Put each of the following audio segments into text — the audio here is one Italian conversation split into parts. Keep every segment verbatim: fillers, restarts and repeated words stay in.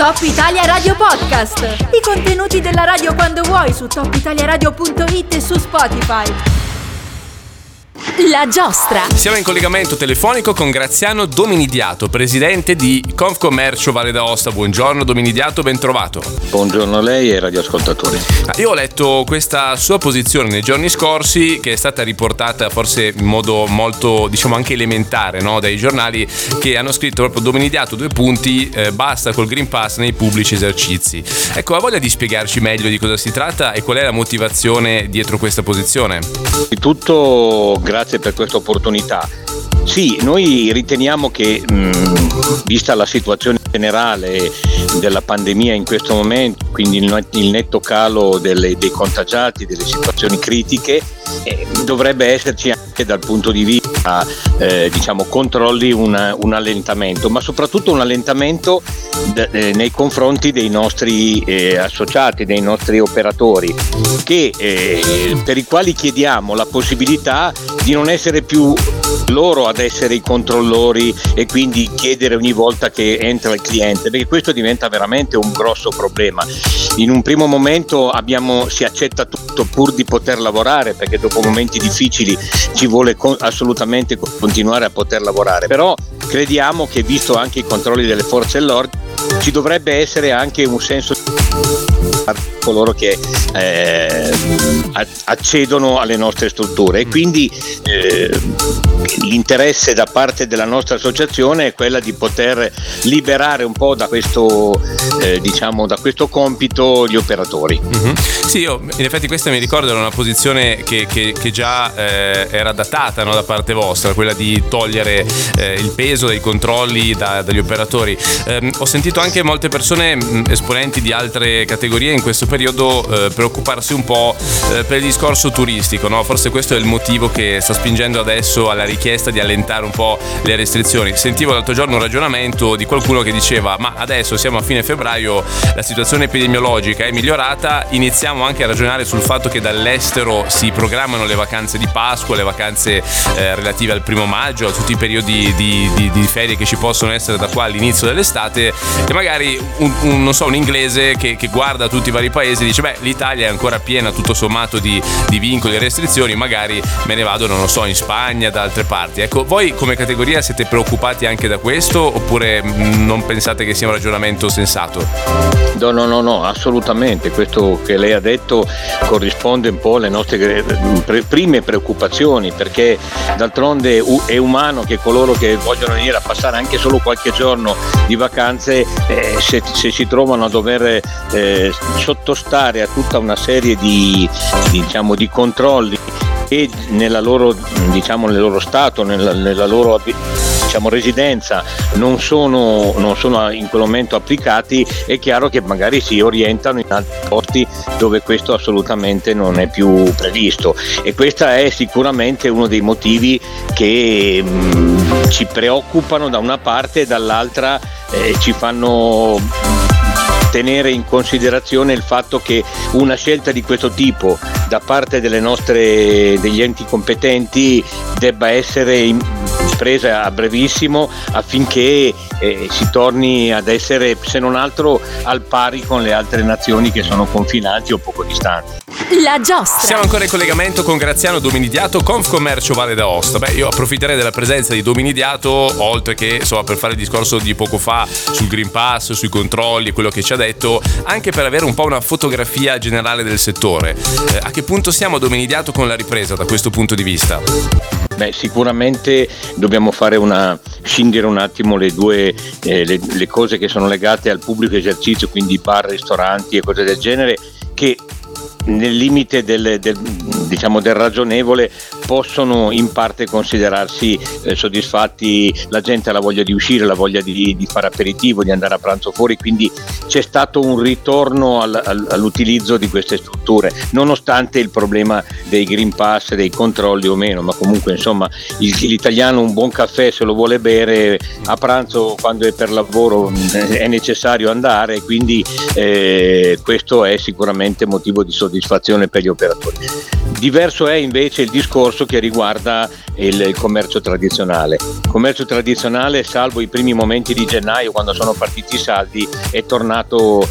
Top Italia Radio Podcast. I contenuti della radio quando vuoi su top italia radio punto it e su Spotify. La giostra. Siamo in collegamento telefonico con Graziano Dominidiato, presidente di Confcommercio Valle d'Aosta. Buongiorno Dominidiato, ben trovato. Buongiorno a lei e ai radioascoltatori. Io ho letto questa sua posizione nei giorni scorsi, che è stata riportata forse in modo molto, diciamo, anche elementare, no? Dai giornali, che hanno scritto proprio Dominidiato, due punti, eh, basta col Green Pass nei pubblici esercizi. Ecco, ha voglia di spiegarci meglio di cosa si tratta e qual è la motivazione dietro questa posizione? Di tutto, grazie per questa opportunità. Sì, noi riteniamo che mh, vista la situazione generale della pandemia in questo momento, quindi il, il netto calo delle, dei contagiati, delle situazioni critiche, eh, dovrebbe esserci anche dal punto di vista eh, diciamo controlli una, un allentamento, ma soprattutto un allentamento d- eh, nei confronti dei nostri eh, associati, dei nostri operatori, che, eh, per i quali chiediamo la possibilità di non essere più loro ad essere i controllori e quindi chiedere ogni volta che entra il cliente, perché questo diventa veramente un grosso problema. In un primo momento abbiamo, si accetta tutto pur di poter lavorare, perché dopo momenti difficili ci vuole con, assolutamente continuare a poter lavorare, però crediamo che, visto anche i controlli delle forze dell'ordine, ci dovrebbe essere anche un senso a coloro che eh, accedono alle nostre strutture, e quindi eh, l'interesse da parte della nostra associazione è quella di poter liberare un po' da questo eh, diciamo da questo compito gli operatori. Mm-hmm. Sì, io in effetti questa mi ricordo era una posizione che, che, che già eh, era datata, no, da parte vostra, quella di togliere eh, il peso dei controlli da, dagli operatori. Eh, ho sentito anche molte persone, mh, esponenti di altre categorie, in questo periodo eh, preoccuparsi un po' eh, per il discorso turistico, no? Forse questo è il motivo che sta spingendo adesso alla richiesta di allentare un po' le restrizioni. Sentivo l'altro giorno un ragionamento di qualcuno che diceva: ma adesso siamo a fine febbraio, la situazione epidemiologica è migliorata, iniziamo anche a ragionare sul fatto che dall'estero si programmano le vacanze di Pasqua, le vacanze eh, relative al primo maggio, a tutti i periodi di, di, di ferie che ci possono essere da qua all'inizio dell'estate, e magari un, un, non so, un inglese che, che guarda tutti i vari paesi e dice: beh, l'Italia è ancora piena tutto sommato di, di vincoli e restrizioni, magari me ne vado, non lo so, in Spagna, da altre parti. Ecco, voi come categoria siete preoccupati anche da questo, oppure non pensate che sia un ragionamento sensato? No, no, no, no, assolutamente. Questo che lei ha detto corrisponde un po' alle nostre pre- prime preoccupazioni, perché d'altronde è umano che coloro che vogliono venire a passare anche solo qualche giorno di vacanze, eh, se, se si trovano a dover eh, sottostare a tutta una serie di, diciamo, di controlli e nella loro, diciamo, nel loro stato, nella, nella loro diciamo residenza non sono, non sono in quel momento applicati, è chiaro che magari si orientano in altri posti dove questo assolutamente non è più previsto, e questo è sicuramente uno dei motivi che mh, ci preoccupano da una parte, e dall'altra eh, ci fanno tenere in considerazione il fatto che una scelta di questo tipo da parte delle nostre, degli enti competenti debba essere presa a brevissimo, affinché eh, si torni ad essere, se non altro, al pari con le altre nazioni che sono confinanti o poco distanti. La giostra. Siamo ancora in collegamento con Graziano Dominidiato, Confcommercio Valle d'Aosta. Beh, io approfitterei della presenza di Dominidiato, oltre che insomma per fare il discorso di poco fa sul Green Pass, sui controlli, quello che ci ha detto, anche per avere un po' una fotografia generale del settore. Eh, a che punto siamo, Dominidiato, con la ripresa da questo punto di vista? Beh, sicuramente dobbiamo fare una scindere un attimo le due eh, le, le cose che sono legate al pubblico esercizio, quindi bar, ristoranti e cose del genere, che nel limite del, del, diciamo del ragionevole possono in parte considerarsi eh, soddisfatti. La gente ha la voglia di uscire, la voglia di, di fare aperitivo, di andare a pranzo fuori, quindi c'è stato un ritorno al, al, all'utilizzo di queste strutture, nonostante il problema dei Green Pass, dei controlli o meno, ma comunque insomma il, l'italiano un buon caffè se lo vuole bere, a pranzo quando è per lavoro è necessario andare, quindi eh, questo è sicuramente motivo di soddisfazione. soddisfazione per gli operatori. Diverso è invece il discorso che riguarda il, il commercio tradizionale. Il commercio tradizionale, salvo i primi momenti di gennaio quando sono partiti i saldi, è tornato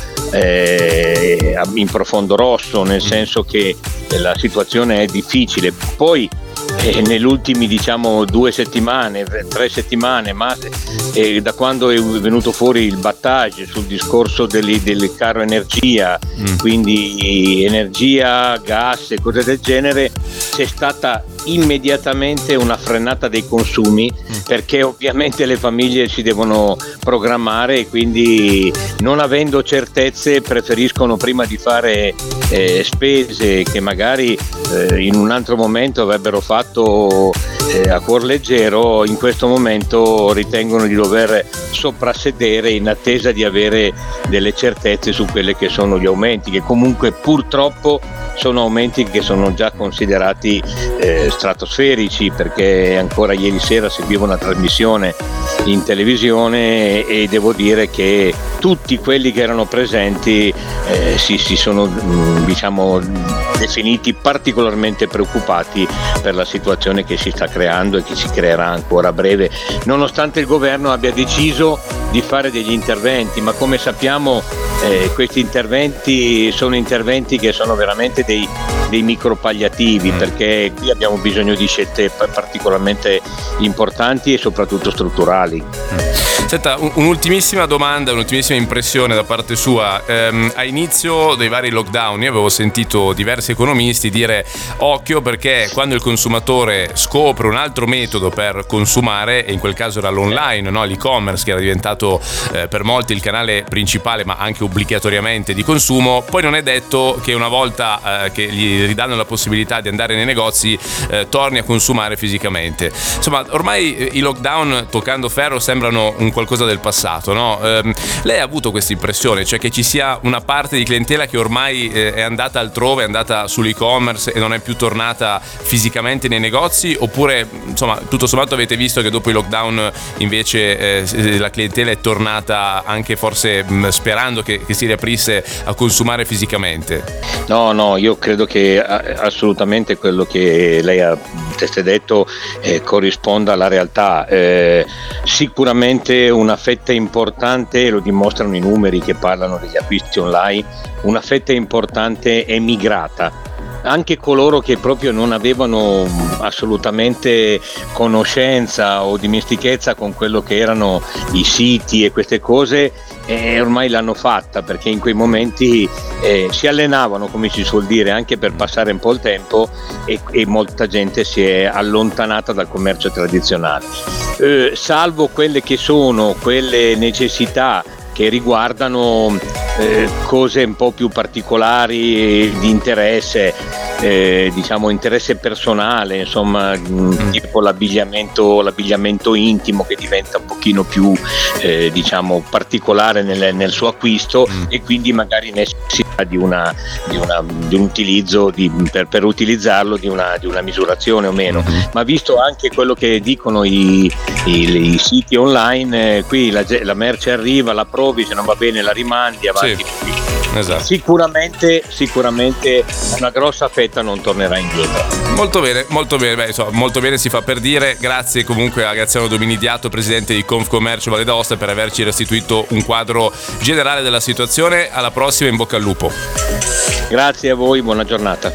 eh, in profondo rosso, nel senso che la situazione è difficile. Poi eh, nelle ultime diciamo due settimane, tre settimane, ma eh, da quando è venuto fuori il battage sul discorso del, del caro energia, mm. quindi energia, gas e cose del genere, c'è stata immediatamente una frenata dei consumi, mm. perché ovviamente le famiglie si devono programmare e quindi, non avendo certezze, preferiscono, prima di fare eh, spese che magari eh, in un altro momento avrebbero fatto eh, a cuor leggero, in questo momento ritengono di dover soprassedere in attesa di avere delle certezze su quelle che sono gli aumenti, che comunque purtroppo sono aumenti che sono già considerati eh, stratosferici, perché ancora ieri sera seguivo una trasmissione in televisione e devo dire che tutti quelli che erano presenti eh, si, si sono mh, diciamo definiti particolarmente preoccupati per la situazione che si sta creando e che si creerà ancora a breve, nonostante il governo abbia deciso di fare degli interventi, ma come sappiamo eh, questi interventi sono interventi che sono veramente dei, dei micro palliativi, mm. perché qui abbiamo bisogno di scelte particolarmente importanti e soprattutto strutturali. Mm. Senta, un'ultimissima domanda, un'ultimissima impressione da parte sua. Ehm, a inizio dei vari lockdown io avevo sentito diversi economisti dire occhio, perché quando il consumatore scopre un altro metodo per consumare, e in quel caso era l'online, no? L'e-commerce, che era diventato eh, per molti il canale principale ma anche obbligatoriamente di consumo, poi non è detto che una volta eh, che gli ridanno la possibilità di andare nei negozi eh, torni a consumare fisicamente. Insomma, ormai eh, i lockdown, toccando ferro, sembrano un qualcosa del passato, no? Eh, lei ha avuto questa impressione, cioè che ci sia una parte di clientela che ormai eh, è andata altrove, è andata sull'e-commerce e non è più tornata fisicamente nei negozi, oppure insomma tutto sommato avete visto che dopo i lockdown invece eh, la clientela è tornata anche forse mh, sperando che, che si riaprisse a consumare fisicamente? No, no, io credo che assolutamente quello che lei ha testé detto eh, corrisponda alla realtà. Eh, sicuramente una fetta importante, lo dimostrano i numeri che parlano degli acquisti online, una fetta importante è migrata. Anche coloro che proprio non avevano assolutamente conoscenza o dimestichezza con quello che erano i siti e queste cose, eh, ormai l'hanno fatta, perché in quei momenti eh, si allenavano, come si suol dire, anche per passare un po' il tempo, e, e molta gente si è allontanata dal commercio tradizionale, eh, salvo quelle che sono quelle necessità che riguardano eh, cose un po' più particolari di interesse, eh, diciamo interesse personale, insomma, mm. tipo l'abbigliamento, l'abbigliamento intimo, che diventa un pochino più eh, diciamo particolare nel, nel suo acquisto, mm. e quindi magari necessita di una di, una, di un utilizzo di, per, per utilizzarlo di una, di una misurazione o meno. Mm. Ma visto anche quello che dicono i, i, i siti online, eh, qui la, la merce arriva, la provi, se non va bene la rimandi avanti. Sì. Esatto. Sicuramente, sicuramente una grossa fetta non tornerà indietro. Molto bene, molto bene, beh, insomma, molto bene si fa per dire. Grazie comunque a Graziano Dominidiato, presidente di Confcommercio Valle d'Aosta, per averci restituito un quadro generale della situazione. Alla prossima, in bocca al lupo. Grazie a voi, buona giornata.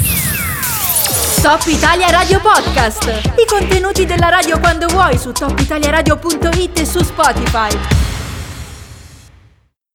Top Italia Radio Podcast. I contenuti della radio quando vuoi su top italia radio punto it e su Spotify.